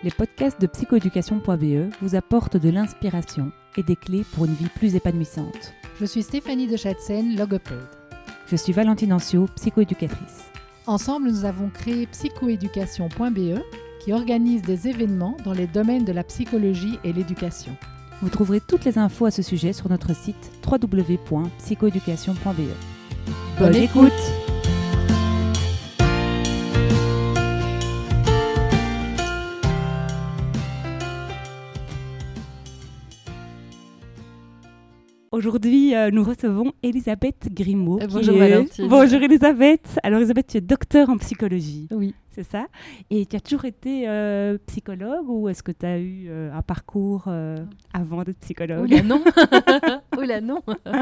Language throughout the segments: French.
Les podcasts de psychoéducation.be vous apportent de l'inspiration et des clés pour une vie plus épanouissante. Je suis Stéphanie de Chatzen, logopède. Je suis Valentine Ancio, psychoéducatrice. Ensemble, nous avons créé psychoéducation.be qui organise des événements dans les domaines de la psychologie et l'éducation. Vous trouverez toutes les infos à ce sujet sur notre site www.psychoéducation.be. Bonne écoute! Aujourd'hui, nous recevons Elisabeth Grimaud. Bonjour Valentine. Bonjour Elisabeth. Alors Elisabeth, tu es docteure en psychologie. Oui. C'est ça. Et tu as toujours été psychologue ou est-ce que tu as eu un parcours avant d'être psychologue? Oula non. Oula non.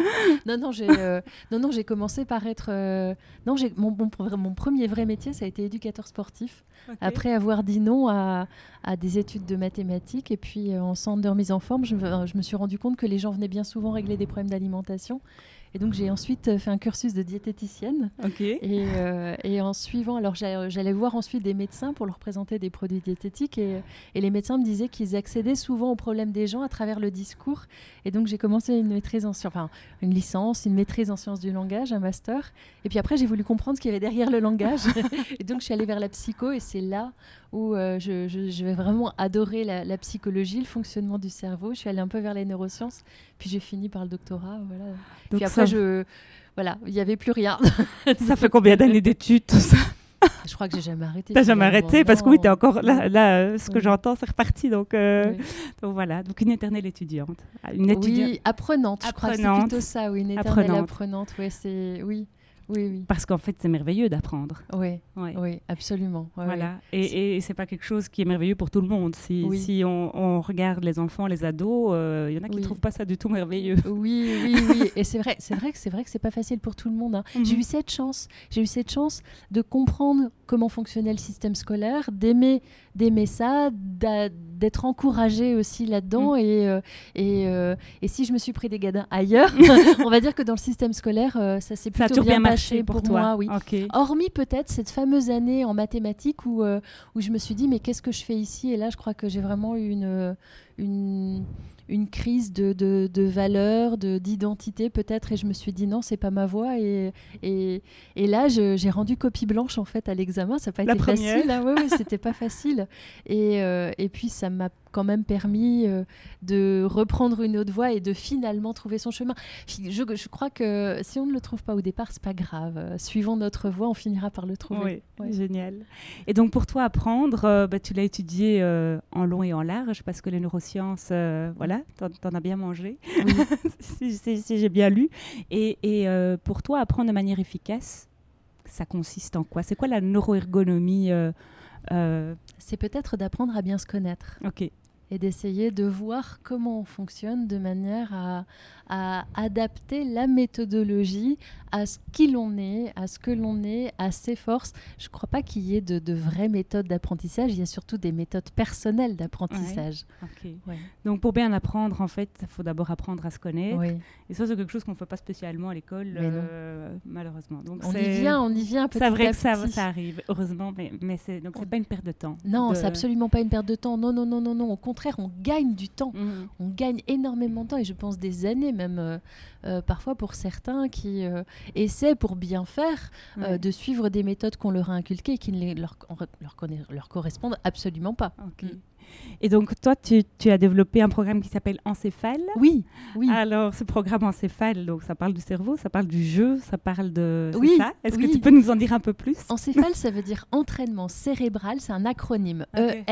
Non, j'ai commencé par être... mon premier vrai métier, ça a été éducateur sportif. Okay. Après avoir dit non à des études de mathématiques et puis en centre de remise en forme, je me suis rendu compte que les gens venaient bien souvent régler des problèmes d'alimentation. Et donc, j'ai ensuite fait un cursus de diététicienne. Okay. Et en suivant, alors j'allais voir ensuite des médecins pour leur présenter des produits diététiques. Et les médecins me disaient qu'ils accédaient souvent aux problèmes des gens à travers le discours. Et donc, j'ai commencé une licence, une maîtrise en sciences du langage, un master. Et puis après, j'ai voulu comprendre ce qu'il y avait derrière le langage. Et donc, je suis allée vers la psycho. Et c'est là où je vais vraiment adorer la psychologie, le fonctionnement du cerveau. Je suis allée un peu vers les neurosciences. Puis j'ai fini par le doctorat. Voilà. Donc puis après, il n'y avait plus rien. Ça fait combien d'années d'études, tout ça? Je crois que j'ai jamais arrêté. T'as jamais arrêté? Parce que oui, t'es encore là, ce que oui. j'entends, c'est reparti. Donc voilà, donc une éternelle étudiante. Oui, apprenante. Je crois que c'est plutôt ça, oui, une éternelle apprenante. Oui. Parce qu'en fait, c'est merveilleux d'apprendre. Oui, absolument. Voilà. Et c'est pas quelque chose qui est merveilleux pour tout le monde. Si on regarde les enfants, les ados, il y en a qui trouvent pas ça du tout merveilleux. Oui. Et c'est vrai que c'est pas facile pour tout le monde. Hein. Mm-hmm. J'ai eu cette chance de comprendre comment fonctionnait le système scolaire, d'aimer ça, d'être encouragée aussi là-dedans. Et si je me suis pris des gadins ailleurs, on va dire que dans le système scolaire, ça s'est plutôt bien passé pour moi. Oui. Okay. Hormis peut-être cette fameuse année en mathématiques où je me suis dit mais qu'est-ce que je fais ici? Et là, je crois que j'ai vraiment eu une crise de valeur, d'identité peut-être, et je me suis dit non, c'est pas ma voie, et là j'ai rendu copie blanche en fait à l'examen. Ça n'a pas été facile, hein. Oui, c'était pas facile, et puis ça m'a quand même permis de reprendre une autre voie et de finalement trouver son chemin. Je crois que si on ne le trouve pas au départ, c'est pas grave. Suivons notre voie, on finira par le trouver. Oui, génial. Et donc pour toi, apprendre, tu l'as étudié en long et en large, parce que les neurosciences, t'en as bien mangé, oui. si j'ai bien lu. Et pour toi, apprendre de manière efficace, ça consiste en quoi? C'est quoi la neuroergonomie C'est peut-être d'apprendre à bien se connaître. Ok. Et d'essayer de voir comment on fonctionne de manière à adapter la méthodologie à ce qui l'on est, à ce que l'on est, à ses forces. Je ne crois pas qu'il y ait de vraies méthodes d'apprentissage, il y a surtout des méthodes personnelles d'apprentissage. Okay. Ouais. Donc pour bien apprendre, en fait, il faut d'abord apprendre à se connaître. Oui. Et ça, c'est quelque chose qu'on ne fait pas spécialement à l'école, malheureusement. Donc on y vient petit à petit. C'est vrai que ça arrive, heureusement, mais c'est pas une perte de temps. Non, c'est absolument pas une perte de temps. Non. Au contraire, on gagne du temps. On gagne énormément de temps, et je pense des années même, parfois pour certains qui essaient pour bien faire de suivre des méthodes qu'on leur a inculquées et qui ne leur correspondent absolument pas. Okay. Et donc, toi, tu as développé un programme qui s'appelle Encéphale. Oui. Alors, ce programme Encéphale, donc, ça parle du cerveau, ça parle du jeu, ça parle de... Oui. C'est ça? Est-ce que tu peux nous en dire un peu plus? Encéphale, ça veut dire entraînement cérébral. C'est un acronyme. Okay.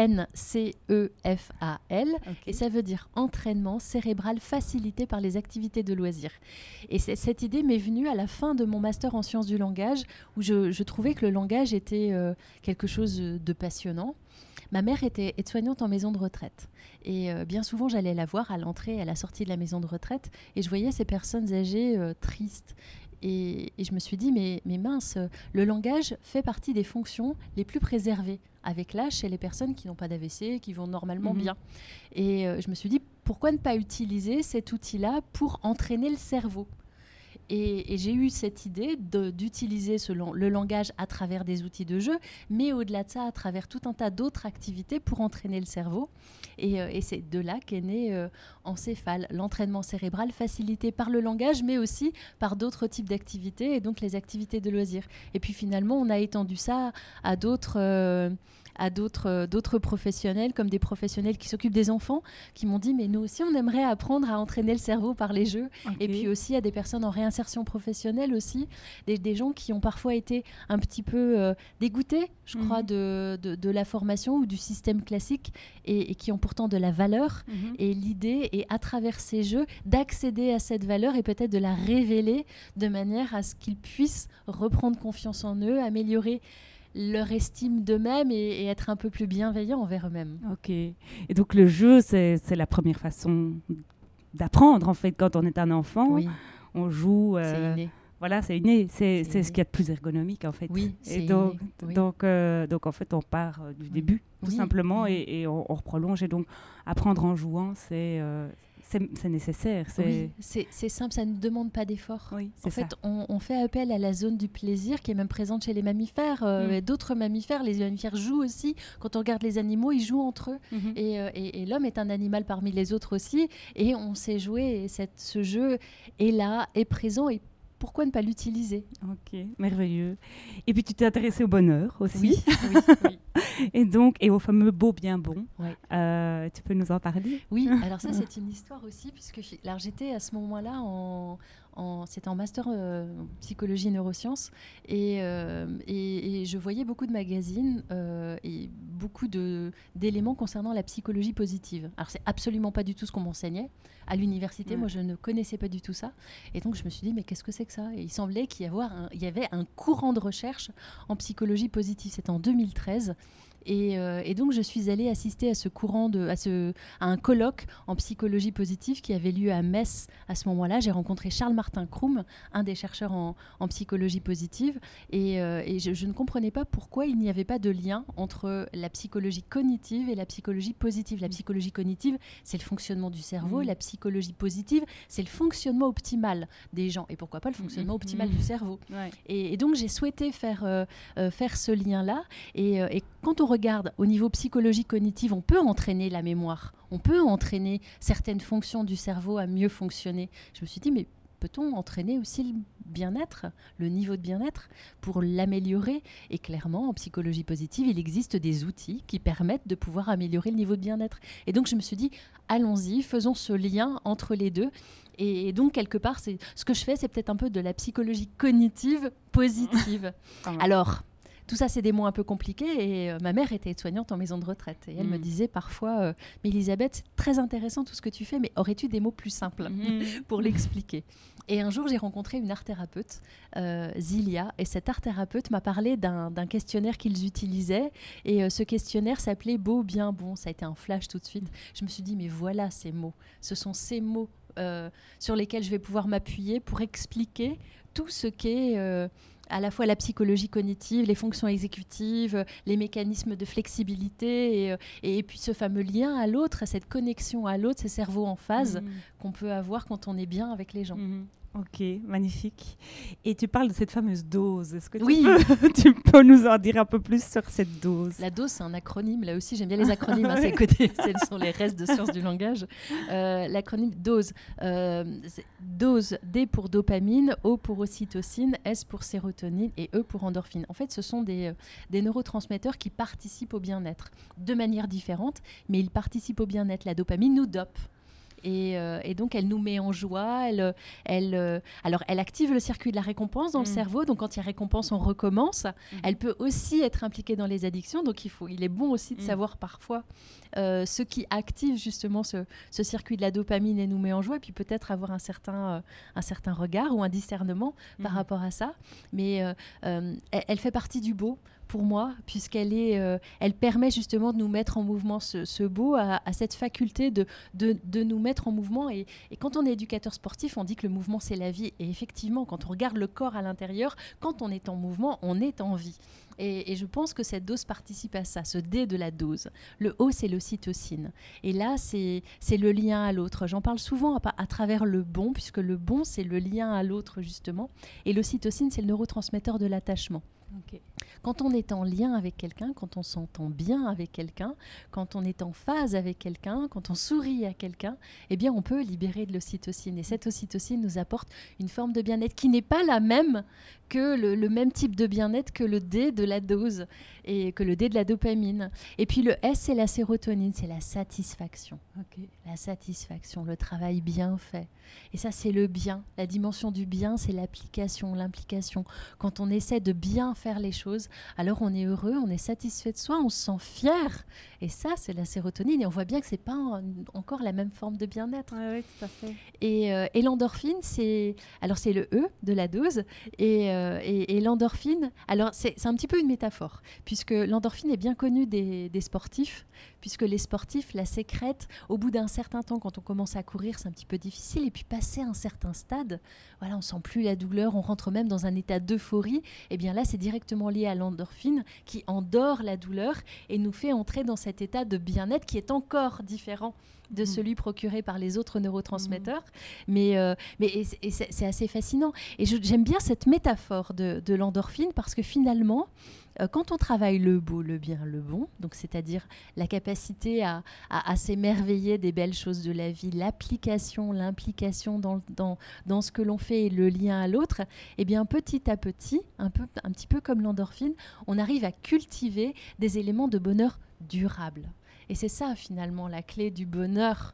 ENCEFAL. Okay. Et ça veut dire entraînement cérébral facilité par les activités de loisirs. Et cette idée m'est venue à la fin de mon master en sciences du langage, où je trouvais que le langage était quelque chose de passionnant. Ma mère était aide-soignante en maison de retraite. Et bien souvent, j'allais la voir à l'entrée et à la sortie de la maison de retraite. Et je voyais ces personnes âgées tristes. Et je me suis dit, mais mince, le langage fait partie des fonctions les plus préservées avec l'âge chez les personnes qui n'ont pas d'AVC, qui vont normalement bien. Et je me suis dit, pourquoi ne pas utiliser cet outil-là pour entraîner le cerveau ? Et j'ai eu cette idée d'utiliser le langage à travers des outils de jeu, mais au-delà de ça, à travers tout un tas d'autres activités pour entraîner le cerveau. Et c'est de là qu'est né Encéphale, l'entraînement cérébral facilité par le langage, mais aussi par d'autres types d'activités, et donc les activités de loisirs. Et puis finalement, on a étendu ça à d'autres professionnels, comme des professionnels qui s'occupent des enfants, qui m'ont dit mais nous aussi on aimerait apprendre à entraîner le cerveau par les jeux. Et puis aussi à des personnes en réinsertion professionnelle aussi, des gens qui ont parfois été un petit peu dégoûtés, je crois, de la formation ou du système classique, et qui ont pourtant de la valeur. Et l'idée est, à travers ces jeux, d'accéder à cette valeur et peut-être de la révéler de manière à ce qu'ils puissent reprendre confiance en eux, améliorer leur estime d'eux-mêmes et être un peu plus bienveillants envers eux-mêmes. Ok. Et donc le jeu, c'est la première façon d'apprendre, en fait, quand on est un enfant. Oui. On joue... C'est inné. Voilà, c'est inné. C'est ce qu'il y a de plus ergonomique, en fait. Oui, c'est et donc, inné. Oui. donc, en fait, on part du début, tout simplement, et on prolonge. Et donc, apprendre en jouant, c'est nécessaire. C'est simple, ça ne demande pas d'effort. Oui, en fait, on fait appel à la zone du plaisir qui est même présente chez les mammifères. D'autres mammifères, les mammifères jouent aussi. Quand on regarde les animaux, ils jouent entre eux. Et l'homme est un animal parmi les autres aussi. Et on sait jouer. Et ce jeu est là, est présent. Et pourquoi ne pas l'utiliser? Ok, merveilleux. Et puis tu t'es intéressée au bonheur aussi. Oui. Et au fameux beau bien bon. Ouais. Tu peux nous en parler? Oui, alors ça c'est une histoire aussi, puisque j'étais à ce moment-là c'était en master psychologie et neurosciences, et je voyais beaucoup de magazines et beaucoup d'éléments concernant la psychologie positive. Alors c'est absolument pas du tout ce qu'on m'enseignait à l'université. Moi je ne connaissais pas du tout ça, et donc je me suis dit mais qu'est-ce que c'est que ça? Et il semblait qu'il y avait un courant de recherche en psychologie positive. C'était en 2013. Et donc je suis allée assister à ce courant à un colloque en psychologie positive qui avait lieu à Metz à ce moment-là. J'ai rencontré Charles-Martin Krum, un des chercheurs en psychologie positive, et je ne comprenais pas pourquoi il n'y avait pas de lien entre la psychologie cognitive et la psychologie positive. La psychologie cognitive, c'est le fonctionnement du cerveau. La psychologie positive, c'est le fonctionnement optimal des gens, et pourquoi pas le fonctionnement optimal du cerveau. Et donc j'ai souhaité faire ce lien-là, et quand on regarde au niveau psychologie cognitive, on peut entraîner la mémoire, on peut entraîner certaines fonctions du cerveau à mieux fonctionner. Je me suis dit, mais peut-on entraîner aussi le bien-être, le niveau de bien-être, pour l'améliorer? Et clairement, en psychologie positive, il existe des outils qui permettent de pouvoir améliorer le niveau de bien-être. Et donc, je me suis dit, allons-y, faisons ce lien entre les deux. Et donc, quelque part, ce que je fais, c'est peut-être un peu de la psychologie cognitive positive. Alors... tout ça, c'est des mots un peu compliqués, et ma mère était aide-soignante en maison de retraite. Et elle me disait parfois, mais Elisabeth, c'est très intéressant tout ce que tu fais, mais aurais-tu des mots plus simples pour l'expliquer? Et un jour, j'ai rencontré une art-thérapeute, Zilia, et cette art-thérapeute m'a parlé d'un questionnaire qu'ils utilisaient, et ce questionnaire s'appelait Beau, bien, bon. Ça a été un flash tout de suite. Je me suis dit, mais voilà ces mots. Ce sont ces mots sur lesquels je vais pouvoir m'appuyer pour expliquer tout ce qu'est... à la fois la psychologie cognitive, les fonctions exécutives, les mécanismes de flexibilité, et puis ce fameux lien à l'autre, cette connexion à l'autre, ces cerveaux en phase qu'on peut avoir quand on est bien avec les gens. Ok, magnifique. Et tu parles de cette fameuse dose. Est-ce que tu peux nous en dire un peu plus sur cette dose? La dose, c'est un acronyme. Là aussi, j'aime bien les acronymes. Ce sont les restes de sciences du langage. L'acronyme dose. Dose, D pour dopamine, O pour ocytocine, S pour sérotonine et E pour endorphine. En fait, ce sont des neurotransmetteurs qui participent au bien-être de manière différente, mais ils participent au bien-être. La dopamine nous dope. Et donc, elle nous met en joie. Alors, elle active le circuit de la récompense dans le cerveau. Donc, quand il y a récompense, on recommence. Elle peut aussi être impliquée dans les addictions. Donc, il est bon aussi de savoir parfois ce qui active justement ce circuit de la dopamine et nous met en joie. Et puis, peut-être avoir un certain regard ou un discernement par rapport à ça. Mais elle fait partie du beau. pour moi, puisqu'elle elle permet justement de nous mettre en mouvement. Ce beau a cette faculté de nous mettre en mouvement. Et quand on est éducateur sportif, on dit que le mouvement, c'est la vie. Et effectivement, quand on regarde le corps à l'intérieur, quand on est en mouvement, on est en vie. Et je pense que cette dose participe à ça, ce D de la dose. Le O, c'est l'ocytocine. Et là, c'est le lien à l'autre. J'en parle souvent à travers le bon, puisque le bon, c'est le lien à l'autre, justement. Et l'ocytocine, c'est le neurotransmetteur de l'attachement. Okay. Quand on est en lien avec quelqu'un, quand on s'entend bien avec quelqu'un, quand on est en phase avec quelqu'un, quand on sourit à quelqu'un, eh bien on peut libérer de l'ocytocine. Et cette ocytocine nous apporte une forme de bien-être qui n'est pas la même que le même type de bien-être que le D de la dose et que le D de la dopamine. Et puis le S, c'est la sérotonine, c'est la satisfaction. Okay. La satisfaction, le travail bien fait. Et ça, c'est le bien. La dimension du bien, c'est l'application, l'implication. Quand on essaie de bien faire les choses, alors on est heureux, on est satisfait de soi, on se sent fier. Et ça, c'est la sérotonine. Et on voit bien que ce n'est pas encore la même forme de bien-être. Oui, tout à fait. Et l'endorphine, c'est le E de la dose. Et l'endorphine, alors c'est un petit peu une métaphore, puisque l'endorphine est bien connue des sportifs, puisque les sportifs la sécrètent au bout d'un certain temps. Quand on commence à courir, c'est un petit peu difficile. Et puis, passer un certain stade, voilà, on sent plus la douleur, on rentre même dans un état d'euphorie. Et bien là, c'est directement lié à l'endorphine qui endort la douleur et nous fait entrer dans cet état de bien-être qui est encore différent de celui procuré par les autres neurotransmetteurs. Mais c'est assez fascinant. Et j'aime bien cette métaphore de l'endorphine parce que finalement, quand on travaille le beau, le bien, le bon, donc c'est-à-dire la capacité à s'émerveiller des belles choses de la vie, l'application, l'implication dans ce que l'on fait et le lien à l'autre, eh bien petit à petit, un petit peu comme l'endorphine, on arrive à cultiver des éléments de bonheur durable. Et c'est ça, finalement, la clé du bonheur.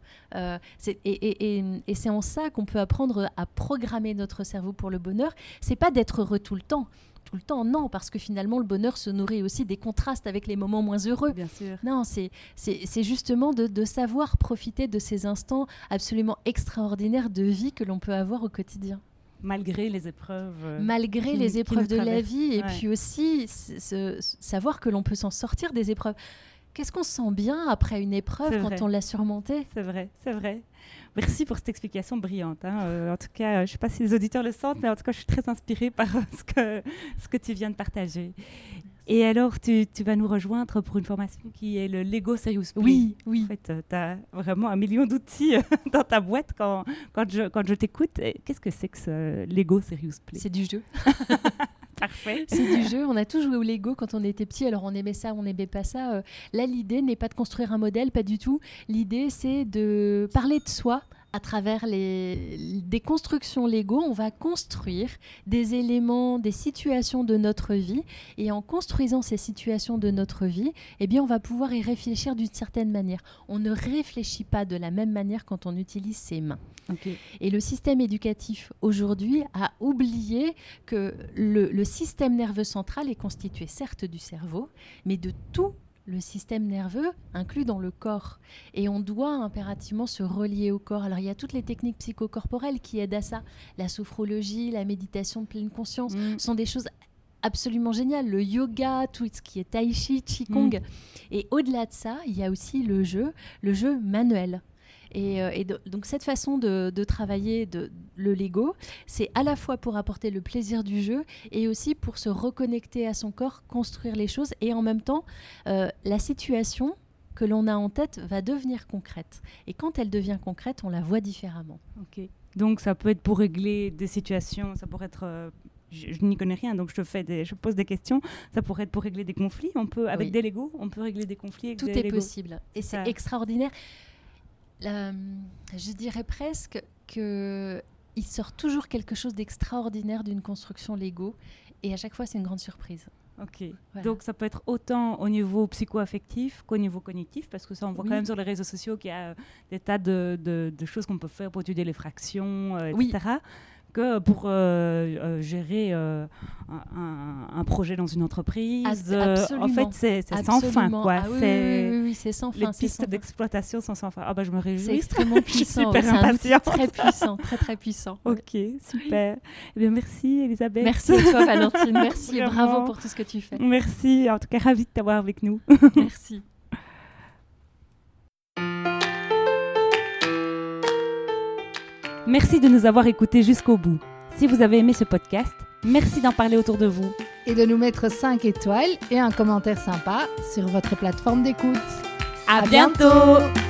Et c'est en ça qu'on peut apprendre à programmer notre cerveau pour le bonheur. C'est pas d'être heureux tout le temps. Tout le temps, non, parce que finalement, le bonheur se nourrit aussi des contrastes avec les moments moins heureux. Bien sûr. Non, c'est justement de savoir profiter de ces instants absolument extraordinaires de vie que l'on peut avoir au quotidien. Malgré les épreuves. Malgré les épreuves de la vie. Et ouais. puis aussi, savoir que l'on peut s'en sortir des épreuves. Qu'est-ce qu'on se sent bien après une épreuve quand on l'a surmontée ? C'est vrai, c'est vrai. Merci pour cette explication brillante. En tout cas, je ne sais pas si les auditeurs le sentent, mais en tout cas, je suis très inspirée par ce que tu viens de partager. Et alors, tu vas nous rejoindre pour une formation qui est le Lego Serious Play. Oui. En fait, tu as vraiment 1 million d'outils dans ta boîte quand je t'écoute. Qu'est-ce que c'est que ce Lego Serious Play ? C'est du jeu. Parfait. C'est du jeu. On a tous joué au Lego quand on était petit. Alors, on aimait ça, on n'aimait pas ça. Là, l'idée n'est pas de construire un modèle, pas du tout. L'idée, c'est de parler de soi à travers des constructions Lego. On va construire des éléments, des situations de notre vie. Et en construisant ces situations de notre vie, eh bien, on va pouvoir y réfléchir d'une certaine manière. On ne réfléchit pas de la même manière quand on utilise ses mains. Okay. Et le système éducatif aujourd'hui a oublié que le système nerveux central est constitué certes du cerveau, mais de tout le système nerveux inclus dans le corps. Et on doit impérativement se relier au corps. Alors il y a toutes les techniques psychocorporelles qui aident à ça. La sophrologie, la méditation de pleine conscience sont des choses absolument géniales. Le yoga, tout ce qui est tai chi, qigong. Et au-delà de ça, il y a aussi le jeu manuel. Donc cette façon de travailler le Lego, c'est à la fois pour apporter le plaisir du jeu et aussi pour se reconnecter à son corps, construire les choses et en même temps, la situation que l'on a en tête va devenir concrète. Et quand elle devient concrète, on la voit différemment. Okay. Donc ça peut être pour régler des situations, ça pourrait être... Je n'y connais rien, donc je pose des questions. Ça pourrait être pour régler des conflits. Avec des Lego, on peut régler des conflits avec Tout des est Lego. possible. Et c'est extraordinaire. Je dirais presque qu'il sort toujours quelque chose d'extraordinaire d'une construction Lego et à chaque fois c'est une grande surprise. Ok, voilà. Donc ça peut être autant au niveau psycho-affectif qu'au niveau cognitif, parce que ça on voit quand même sur les réseaux sociaux qu'il y a des tas de choses qu'on peut faire pour étudier les fractions, etc. que pour gérer un projet dans une entreprise. En fait, c'est sans fin, quoi. Ah, oui, c'est sans fin. Les pistes d'exploitation sont sans fin. Ah bah, je me réjouis. C'est extrêmement puissant. Je suis super impatiente. Très puissant, très puissant. Ok, super. Eh bien, merci Elisabeth. Merci à toi Valentine, merci et Vraiment. bravo pour tout ce que tu fais. Merci, en tout cas ravie de t'avoir avec nous. Merci. Merci de nous avoir écoutés jusqu'au bout. Si vous avez aimé ce podcast, merci d'en parler autour de vous. Et de nous mettre 5 étoiles et un commentaire sympa sur votre plateforme d'écoute. À bientôt.